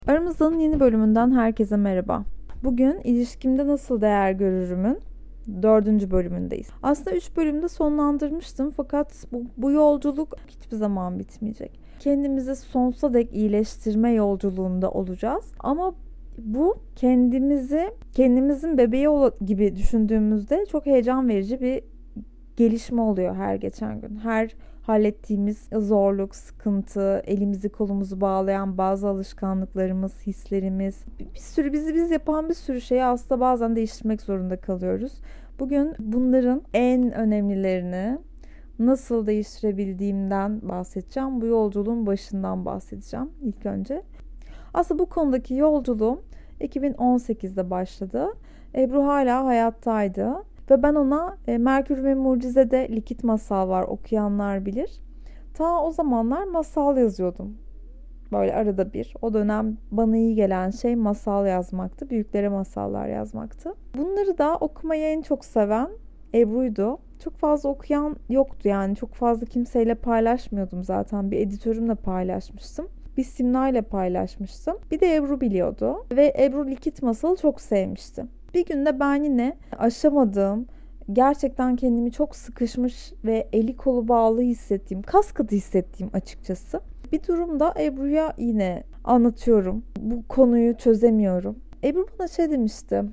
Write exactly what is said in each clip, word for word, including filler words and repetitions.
Aramızdanın yeni bölümünden herkese merhaba. Bugün ilişkimde nasıl değer görürümün dördüncü bölümündeyiz. Aslında üç bölümde sonlandırmıştım fakat bu, bu yolculuk hiçbir zaman bitmeyecek. Kendimizi sonsuza dek iyileştirme yolculuğunda olacağız. Ama bu kendimizi kendimizin bebeği gibi düşündüğümüzde çok heyecan verici bir gelişme oluyor her geçen gün. Her hallettiğimiz zorluk, sıkıntı, elimizi kolumuzu bağlayan bazı alışkanlıklarımız, hislerimiz, bir sürü bizi biz yapan bir sürü şeyi aslında bazen değiştirmek zorunda kalıyoruz. Bugün bunların en önemlilerini nasıl değiştirebildiğimden bahsedeceğim. Bu yolculuğun başından bahsedeceğim ilk önce. Aslında bu konudaki yolculuğum iki bin on sekizde başladı. Ebru hala hayattaydı. Ve ben ona e, Merkür ve Mucize'de Likit Masal var, okuyanlar bilir. Ta o zamanlar masal yazıyordum. Böyle arada bir. O dönem bana iyi gelen şey masal yazmaktı. Büyüklere masallar yazmaktı. Bunları da okumayı en çok seven Ebru'ydu. Çok fazla okuyan yoktu yani. Çok fazla kimseyle paylaşmıyordum zaten. Bir editörümle paylaşmıştım. Bir Simna ile paylaşmıştım. Bir de Ebru biliyordu. Ve Ebru Likit Masal'ı çok sevmişti. Bir günde ben yine aşamadığım, gerçekten kendimi çok sıkışmış ve eli kolu bağlı hissettiğim, kas katı hissettiğim açıkçası bir durumda Ebru'ya yine anlatıyorum. Bu konuyu çözemiyorum. Ebru bana şey demişti.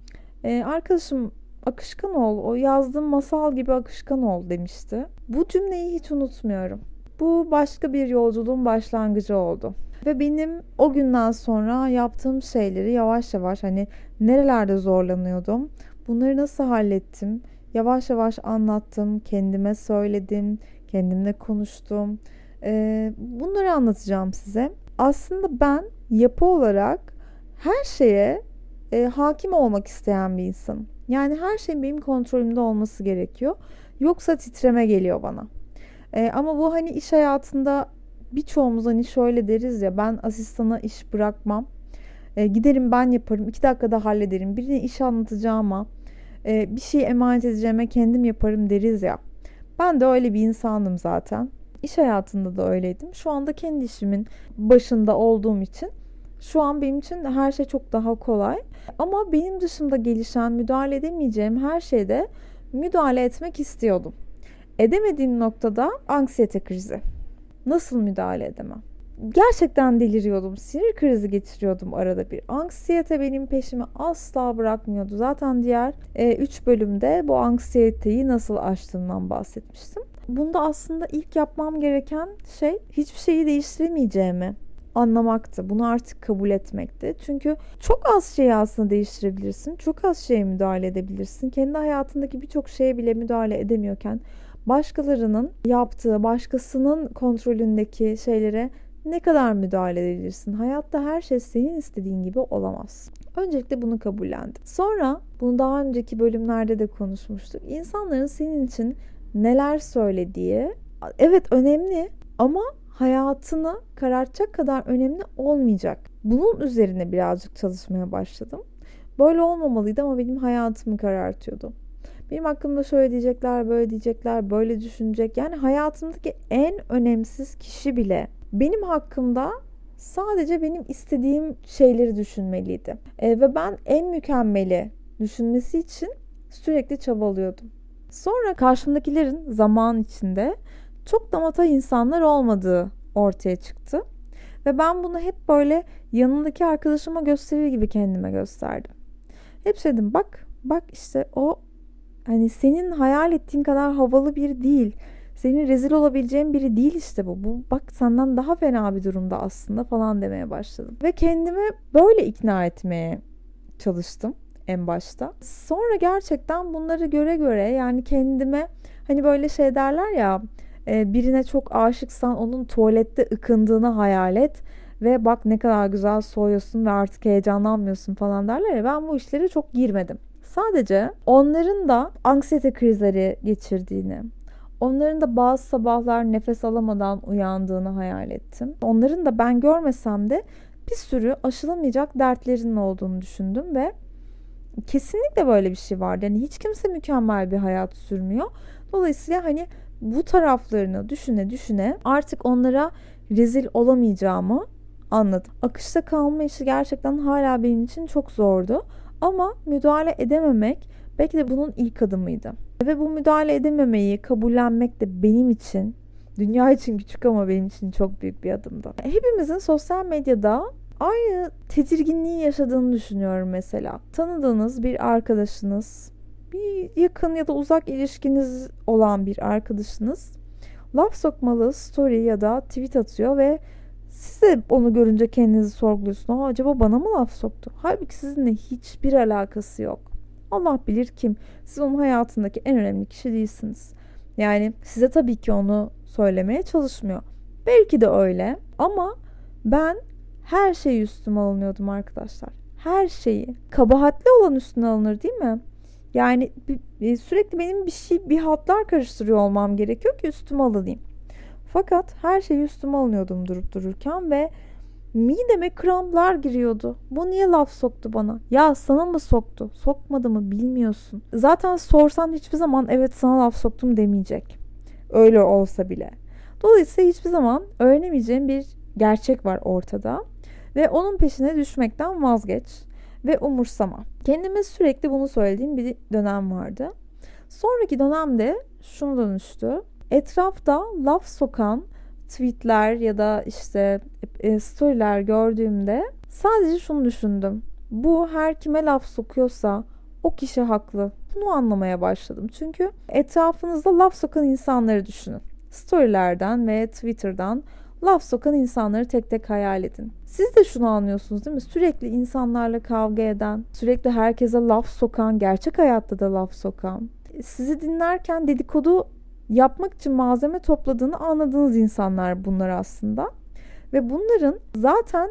E, arkadaşım akışkan ol, o yazdığım masal gibi akışkan ol demişti. Bu cümleyi hiç unutmuyorum. Bu başka bir yolculuğun başlangıcı oldu. Ve benim o günden sonra yaptığım şeyleri yavaş yavaş hani nerelerde zorlanıyordum, bunları nasıl hallettim, yavaş yavaş anlattım, kendime söyledim, kendimle konuştum. Ee, bunları anlatacağım size. Aslında ben yapı olarak her şeye e, hakim olmak isteyen bir insanım. Yani her şeyin benim kontrolümde olması gerekiyor. Yoksa titreme geliyor bana. Ee, ama bu hani iş hayatında birçoğumuz hani şöyle deriz ya, ben asistana iş bırakmam. E, giderim ben yaparım. iki dakikada hallederim. Birine iş anlatacağıma, e, bir şey emanet edeceğime kendim yaparım deriz ya. Ben de öyle bir insanım zaten. İş hayatında da öyleydim. Şu anda kendi işimin başında olduğum için şu an benim için her şey çok daha kolay. Ama benim dışımda gelişen, müdahale edemeyeceğim her şeyde müdahale etmek istiyordum. Edemediğim noktada anksiyete krizi. Nasıl müdahale edemem? Gerçekten deliriyordum. Sinir krizi geçiriyordum arada bir. Anksiyete benim peşimi asla bırakmıyordu. Zaten diğer üç bölümde bu anksiyeteyi nasıl aştığımdan bahsetmiştim. Bunda aslında ilk yapmam gereken şey hiçbir şeyi değiştiremeyeceğimi anlamaktı. Bunu artık kabul etmekti. Çünkü çok az şeyi aslında değiştirebilirsin. Çok az şeye müdahale edebilirsin. Kendi hayatındaki birçok şeye bile müdahale edemiyorken başkalarının yaptığı, başkasının kontrolündeki şeylere ne kadar müdahale edebilirsin? Hayatta her şey senin istediğin gibi olamaz. Öncelikle bunu kabullendim. Sonra bunu daha önceki bölümlerde de konuşmuştuk. İnsanların senin için neler söylediği evet önemli ama hayatını karartacak kadar önemli olmayacak. Bunun üzerine birazcık çalışmaya başladım. Böyle olmamalıydı ama benim hayatımı karartıyordu. Benim hakkımda şöyle diyecekler, böyle diyecekler, böyle düşünecek. Yani hayatımdaki en önemsiz kişi bile benim hakkımda sadece benim istediğim şeyleri düşünmeliydi. E, ve ben en mükemmeli düşünmesi için sürekli çabalıyordum. Sonra karşımdakilerin zaman içinde çok da matah insanlar olmadığı ortaya çıktı. Ve ben bunu hep böyle yanındaki arkadaşıma gösterir gibi kendime gösterdim. Hep şey dedim, bak, bak işte o hani senin hayal ettiğin kadar havalı biri değil. Senin rezil olabileceğin biri değil işte bu. Bu bak senden daha fena bir durumda aslında falan demeye başladım. Ve kendimi böyle ikna etmeye çalıştım en başta. Sonra gerçekten bunları göre göre yani kendime hani böyle şey derler ya, birine çok aşıksan onun tuvalette ıkındığını hayal et. Ve bak ne kadar güzel soğuyorsun ve artık heyecanlanmıyorsun falan derler ya, ben bu işlere çok girmedim. Sadece onların da anksiyete krizleri geçirdiğini, onların da bazı sabahlar nefes alamadan uyandığını hayal ettim. Onların da ben görmesem de bir sürü aşılamayacak dertlerinin olduğunu düşündüm ve kesinlikle böyle bir şey vardı. Yani hiç kimse mükemmel bir hayat sürmüyor. Dolayısıyla hani bu taraflarını düşüne düşüne artık onlara rezil olamayacağımı anladım. Akışta kalma işi gerçekten hala benim için çok zordu. Ama müdahale edememek belki de bunun ilk adımıydı. Ve bu müdahale edememeyi kabullenmek de benim için, dünya için küçük ama benim için çok büyük bir adımdı. Hepimizin sosyal medyada aynı tedirginliği yaşadığını düşünüyorum mesela. Tanıdığınız bir arkadaşınız, bir yakın ya da uzak ilişkiniz olan bir arkadaşınız laf sokmalı story ya da tweet atıyor ve siz de onu görünce kendinizi sorguluyorsunuz. Aa, acaba bana mı laf soktu? Halbuki sizinle hiçbir alakası yok. Allah bilir kim. Siz onun hayatındaki en önemli kişi değilsiniz. Yani size tabii ki onu söylemeye çalışmıyor. Belki de öyle ama ben her şeyi üstüme alınıyordum arkadaşlar. Her şeyi. Kabahatli olan üstüne alınır değil mi? Yani sürekli benim bir şey, bir hatlar karıştırıyor olmam gerekiyor ki üstüme alınayım. Fakat her şeyi üstüme alıyordum durup dururken ve mideme kramplar giriyordu. Bu niye laf soktu bana? Ya sana mı soktu? Sokmadı mı bilmiyorsun. Zaten sorsan hiçbir zaman evet sana laf soktum demeyecek. Öyle olsa bile. Dolayısıyla hiçbir zaman öğrenemeyeceğim bir gerçek var ortada. Ve onun peşine düşmekten vazgeç. Ve umursama. Kendime sürekli bunu söylediğim bir dönem vardı. Sonraki dönemde şunu dönüştü. Etrafta laf sokan tweetler ya da işte storyler gördüğümde sadece şunu düşündüm. Bu her kime laf sokuyorsa o kişi haklı. Bunu anlamaya başladım. Çünkü etrafınızda laf sokan insanları düşünün. Storylerden ve Twitter'dan laf sokan insanları tek tek hayal edin. Siz de şunu anlıyorsunuz değil mi? Sürekli insanlarla kavga eden, sürekli herkese laf sokan, gerçek hayatta da laf sokan, sizi dinlerken dedikodu yapmak için malzeme topladığını anladığınız insanlar bunlar aslında. Ve bunların zaten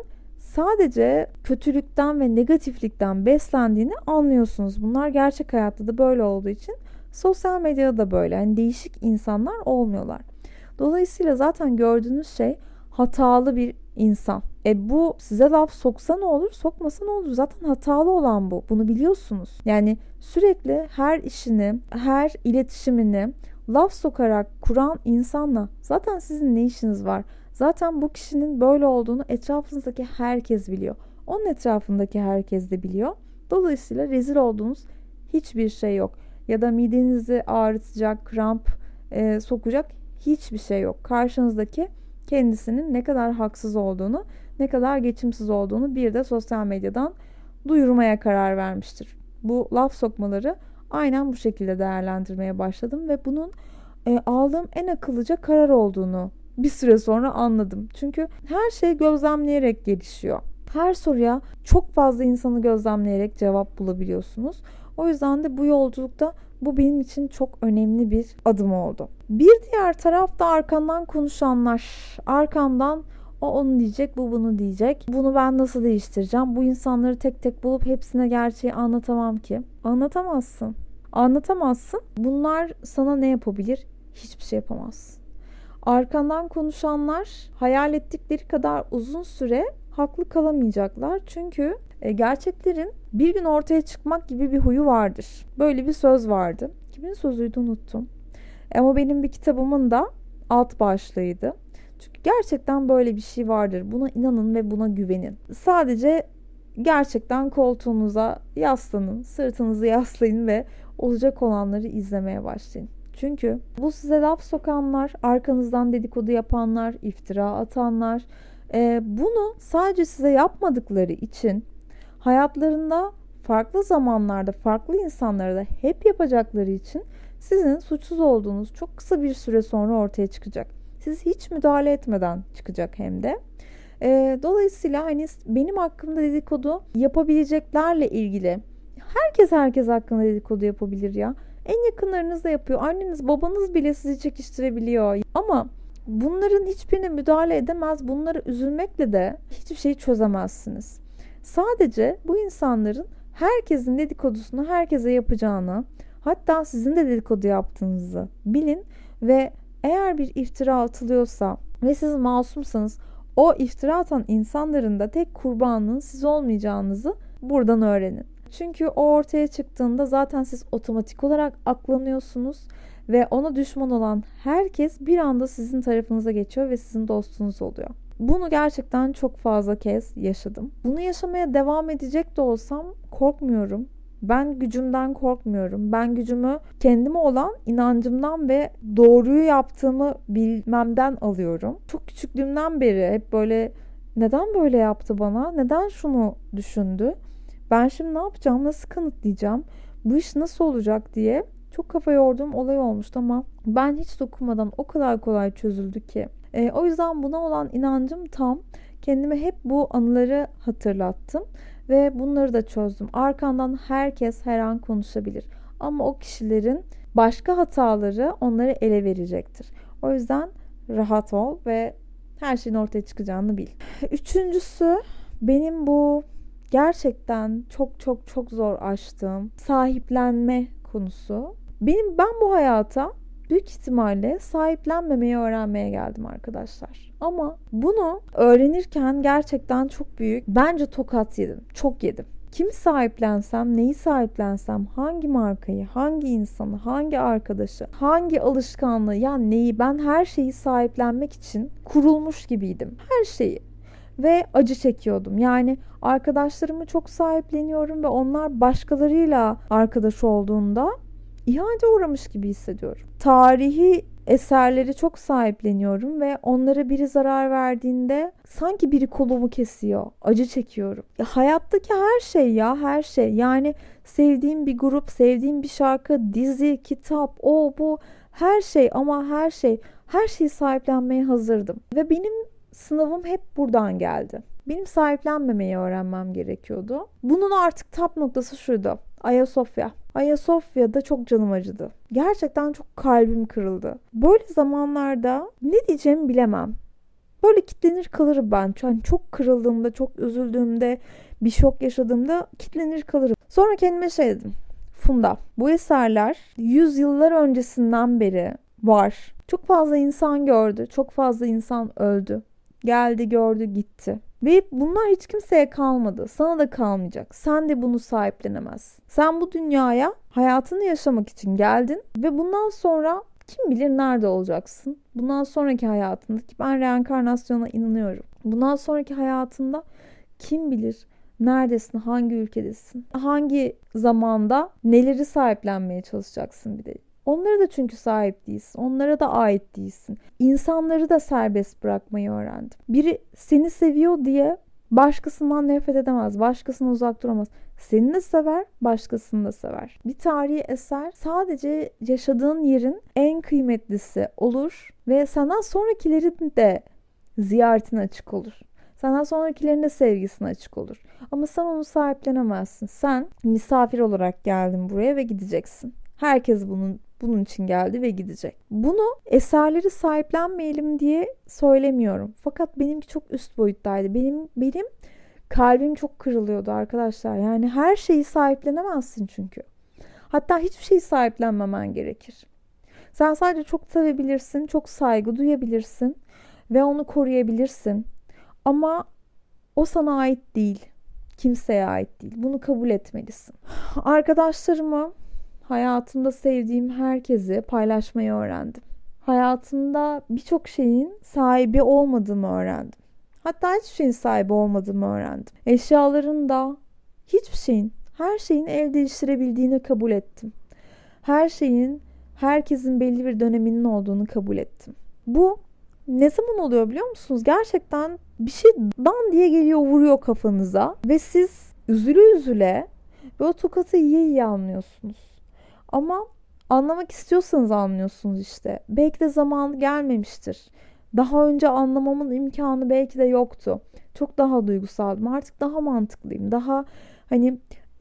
sadece kötülükten ve negatiflikten beslendiğini anlıyorsunuz. Bunlar gerçek hayatta da böyle olduğu için sosyal medyada da böyle. Yani değişik insanlar olmuyorlar. Dolayısıyla zaten gördüğünüz şey hatalı bir insan. E bu size laf soksa ne olur, sokmasa ne olur? Zaten hatalı olan bu. Bunu biliyorsunuz. Yani sürekli her işini, her iletişimini laf sokarak kuran insanla zaten sizin ne işiniz var? Zaten bu kişinin böyle olduğunu etrafınızdaki herkes biliyor. Onun etrafındaki herkes de biliyor. Dolayısıyla rezil olduğunuz hiçbir şey yok. Ya da midenizi ağrıtacak, kramp e, sokacak hiçbir şey yok. Karşınızdaki kendisinin ne kadar haksız olduğunu, ne kadar geçimsiz olduğunu bir de sosyal medyadan duyurmaya karar vermiştir. Bu laf sokmaları aynen bu şekilde değerlendirmeye başladım ve bunun e, aldığım en akıllıca karar olduğunu bir süre sonra anladım. Çünkü her şey gözlemleyerek gelişiyor. Her soruya çok fazla insanı gözlemleyerek cevap bulabiliyorsunuz. O yüzden de bu yolculukta bu benim için çok önemli bir adım oldu. Bir diğer tarafta arkandan konuşanlar. Arkamdan o onu diyecek, bu bunu diyecek. Bunu ben nasıl değiştireceğim? Bu insanları tek tek bulup hepsine gerçeği anlatamam ki. Anlatamazsın. Anlatamazsın. Bunlar sana ne yapabilir? Hiçbir şey yapamaz. Arkandan konuşanlar hayal ettikleri kadar uzun süre haklı kalamayacaklar. Çünkü gerçeklerin bir gün ortaya çıkmak gibi bir huyu vardır. Böyle bir söz vardı. Kimin sözüydü unuttum. Ama benim bir kitabımın da alt başlığıydı. Çünkü gerçekten böyle bir şey vardır. Buna inanın ve buna güvenin. Sadece gerçekten koltuğunuza yaslanın, sırtınızı yaslayın ve olacak olanları izlemeye başlayın. Çünkü bu size laf sokanlar, arkanızdan dedikodu yapanlar, iftira atanlar, e, bunu sadece size yapmadıkları için hayatlarında farklı zamanlarda farklı insanlara da hep yapacakları için sizin suçsuz olduğunuz çok kısa bir süre sonra ortaya çıkacak. Siz hiç müdahale etmeden çıkacak hem de. E, dolayısıyla hani benim hakkımda dedikodu yapabileceklerle ilgili herkes herkes hakkında dedikodu yapabilir ya. En yakınlarınız da yapıyor. Anneniz, babanız bile sizi çekiştirebiliyor. Ama bunların hiçbirine müdahale edemez. Bunlara üzülmekle de hiçbir şeyi çözemezsiniz. Sadece bu insanların herkesin dedikodusunu herkese yapacağını, hatta sizin de dedikodu yaptığınızı bilin ve eğer bir iftira atılıyorsa ve siz masumsanız o iftira atan insanların da tek kurbanının siz olmayacağınızı buradan öğrenin. Çünkü o ortaya çıktığında zaten siz otomatik olarak aklanıyorsunuz ve ona düşman olan herkes bir anda sizin tarafınıza geçiyor ve sizin dostunuz oluyor. bunu gerçekten çok fazla kez yaşadım. Bunu yaşamaya devam edecek de olsam korkmuyorum. Ben gücümden korkmuyorum. Ben gücümü kendime olan inancımdan ve doğruyu yaptığımı bilmemden alıyorum. Çok küçüklüğümden beri hep böyle neden böyle yaptı bana? Neden şunu düşündü? Ben şimdi ne yapacağım? Nasıl kanıtlayacağım? Bu iş nasıl olacak diye çok kafa yorduğum olay olmuştu ama ben hiç dokunmadan o kadar kolay çözüldü ki. E, o yüzden buna olan inancım tam. Kendime hep bu anıları hatırlattım ve bunları da çözdüm. Arkandan herkes her an konuşabilir. Ama o kişilerin başka hataları onları ele verecektir. O yüzden rahat ol ve her şeyin ortaya çıkacağını bil. Üçüncüsü, benim bu gerçekten çok çok çok zor aştığım sahiplenme konusu. Benim ben bu hayata büyük ihtimalle sahiplenmemeyi öğrenmeye geldim arkadaşlar. Ama bunu öğrenirken gerçekten çok büyük, bence tokat yedim. Çok yedim. Kimi sahiplensem, neyi sahiplensem, hangi markayı, hangi insanı, hangi arkadaşı, hangi alışkanlığı, yani neyi, ben her şeyi sahiplenmek için kurulmuş gibiydim. Her şeyi. Ve acı çekiyordum. Yani arkadaşlarımı çok sahipleniyorum ve onlar başkalarıyla arkadaş olduğunda ihanete uğramış gibi hissediyorum. Tarihi eserleri çok sahipleniyorum ve onlara biri zarar verdiğinde sanki biri kolumu kesiyor. Acı çekiyorum. Ya hayattaki her şey ya her şey. Yani sevdiğim bir grup, sevdiğim bir şarkı, dizi, kitap, o bu her şey ama her şey. Her şeyi sahiplenmeye hazırdım. Ve benim sınavım hep buradan geldi. Benim sahiplenmemeyi öğrenmem gerekiyordu. Bunun artık tap noktası şuydu. Ayasofya. Ayasofya'da çok canım acıdı. Gerçekten çok kalbim kırıldı. Böyle zamanlarda ne diyeceğimi bilemem. Böyle kitlenir kalırım ben. Yani çok kırıldığımda, çok üzüldüğümde, bir şok yaşadığımda kitlenir kalırım. Sonra kendime şey dedim. Funda, bu eserler yüzyıllar öncesinden beri var. Çok fazla insan gördü. Çok fazla insan öldü. Geldi, gördü, gitti. Ve bunlar hiç kimseye kalmadı. Sana da kalmayacak. Sen de bunu sahiplenemezsin. Sen bu dünyaya hayatını yaşamak için geldin ve bundan sonra kim bilir nerede olacaksın? Bundan sonraki hayatında, ki ben reenkarnasyona inanıyorum. Bundan sonraki hayatında kim bilir neredesin, hangi ülkedesin, hangi zamanda neleri sahiplenmeye çalışacaksın bir de. Onlara da çünkü sahip değilsin. Onlara da ait değilsin. İnsanları da serbest bırakmayı öğrendim. Biri seni seviyor diye başkasından nefret edemez. Başkasına uzak duramaz. Seni de sever, başkasını da sever. Bir tarihi eser sadece yaşadığın yerin en kıymetlisi olur ve senden sonrakilerin de ziyaretine açık olur. Senden sonrakilerin de sevgisine açık olur. Ama sen onu sahiplenemezsin. Sen misafir olarak geldin buraya ve gideceksin. Herkes bunun bunun için geldi ve gidecek. Bunu eserleri sahiplenmeyelim diye söylemiyorum. Fakat benimki çok üst boyuttaydı. Benim benim kalbim çok kırılıyordu arkadaşlar. Yani her şeyi sahiplenemezsin çünkü. Hatta hiçbir şeyi sahiplenmemen gerekir. Sen sadece çok sevebilirsin, çok saygı duyabilirsin ve onu koruyabilirsin. Ama o sana ait değil. Kimseye ait değil. Bunu kabul etmelisin. Arkadaşlarımı, hayatımda sevdiğim herkesi paylaşmayı öğrendim. Hayatımda birçok şeyin sahibi olmadığımı öğrendim. Hatta hiçbir şeyin sahibi olmadığımı öğrendim. Eşyaların da, hiçbir şeyin, her şeyin el değiştirebildiğini kabul ettim. Her şeyin, herkesin belli bir döneminin olduğunu kabul ettim. Bu ne zaman oluyor biliyor musunuz? Gerçekten bir şey dan diye geliyor, vuruyor kafanıza ve siz üzüle üzüle ve o tokatı yiye yiye anlıyorsunuz. Ama anlamak istiyorsanız anlıyorsunuz işte. Belki de zamanı gelmemiştir. Daha önce anlamamın imkanı belki de yoktu. Çok daha duygusaldım. Artık daha mantıklıyım. Daha hani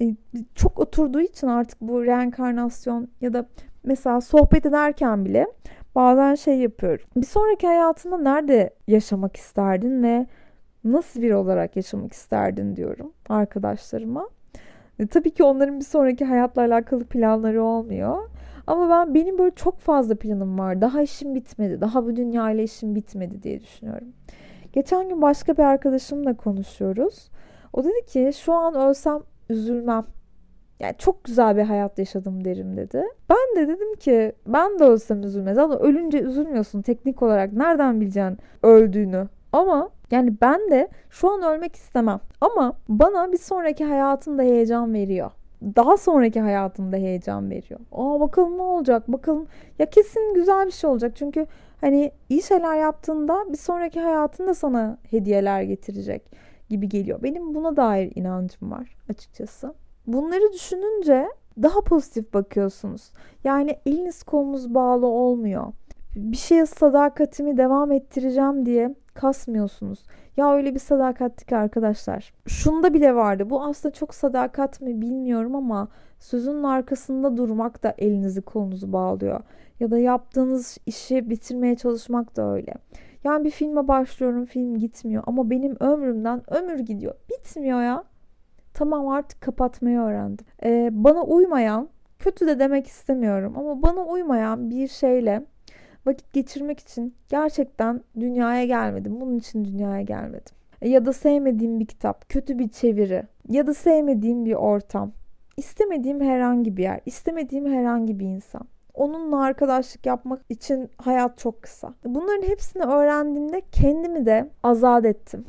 çok oturduğu için artık bu reenkarnasyon ya da mesela sohbet ederken bile bazen şey yapıyorum. Bir sonraki hayatında nerede yaşamak isterdin ve nasıl biri olarak yaşamak isterdin diyorum arkadaşlarıma. E, tabii ki onların bir sonraki hayatla alakalı planları olmuyor. Ama ben benim böyle çok fazla planım var. Daha işim bitmedi. Daha bu dünyayla işim bitmedi diye düşünüyorum. Geçen gün başka bir arkadaşımla konuşuyoruz. O dedi ki şu an ölsem üzülmem. Yani çok güzel bir hayat yaşadım derim dedi. Ben de dedim ki ben de ölsem üzülmez. Ama ölünce üzülmüyorsun teknik olarak. Nereden bileceksin öldüğünü? Ama Yani ben de şu an ölmek istemem. Ama bana bir sonraki hayatımda heyecan veriyor. Daha sonraki hayatımda heyecan veriyor. Aa bakalım ne olacak? Bakalım ya kesin güzel bir şey olacak. Çünkü hani iyi şeyler yaptığında bir sonraki hayatında sana hediyeler getirecek gibi geliyor. Benim buna dair inancım var açıkçası. Bunları düşününce daha pozitif bakıyorsunuz. Yani eliniz kolunuz bağlı olmuyor. Bir şeye sadakatimi devam ettireceğim diye kasmıyorsunuz. Ya öyle bir sadakatli ki arkadaşlar. Şunda bile vardı. Bu aslında çok sadakat mi bilmiyorum ama sözünün arkasında durmak da elinizi kolunuzu bağlıyor. Ya da yaptığınız işi bitirmeye çalışmak da öyle. Yani bir filme başlıyorum, film gitmiyor ama benim ömrümden ömür gidiyor. Bitmiyor ya. Tamam artık kapatmayı öğrendim. Ee, bana uymayan, kötü de demek istemiyorum ama bana uymayan bir şeyle vakit geçirmek için gerçekten dünyaya gelmedim. Bunun için dünyaya gelmedim. Ya da sevmediğim bir kitap, kötü bir çeviri ya da sevmediğim bir ortam, istemediğim herhangi bir yer, istemediğim herhangi bir insan. Onunla arkadaşlık yapmak için hayat çok kısa. Bunların hepsini öğrendiğimde kendimi de azat ettim.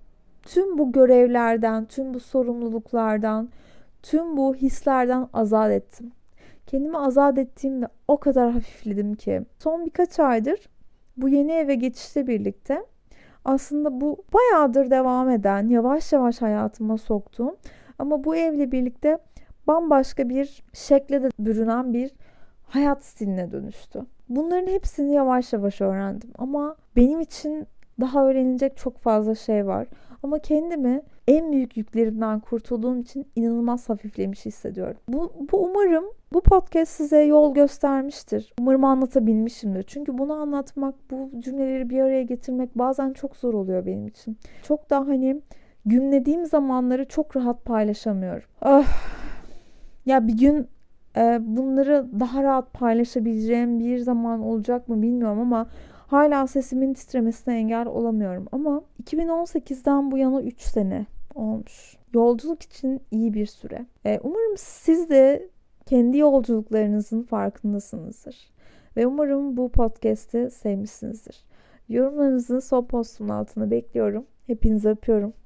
Tüm bu görevlerden, tüm bu sorumluluklardan, tüm bu hislerden azat ettim. Kendimi azat ettiğimde o kadar hafifledim ki. Son birkaç aydır bu yeni eve geçişle birlikte aslında bu bayağıdır devam eden, yavaş yavaş hayatıma soktuğum ama bu evle birlikte bambaşka bir şekle de bürünen bir hayat stiline dönüştü. Bunların hepsini yavaş yavaş öğrendim ama benim için daha öğrenilecek çok fazla şey var. Ama kendimi en büyük yüklerimden kurtulduğum için inanılmaz hafiflemiş hissediyorum. Bu, bu umarım bu podcast size yol göstermiştir. Umarım anlatabilmişimdir. Çünkü bunu anlatmak, bu cümleleri bir araya getirmek bazen çok zor oluyor benim için. Çok da hani gümlediğim zamanları çok rahat paylaşamıyorum. Ah. Ya bir gün e, bunları daha rahat paylaşabileceğim bir zaman olacak mı bilmiyorum ama hala sesimin titremesine engel olamıyorum. Ama iki bin on sekizden bu yana üç sene olmuş. Yolculuk için iyi bir süre. Ee, umarım siz de kendi yolculuklarınızın farkındasınızdır. Ve umarım bu podcast'i sevmişsinizdir. Yorumlarınızı son postumun altına bekliyorum. Hepinizi öpüyorum.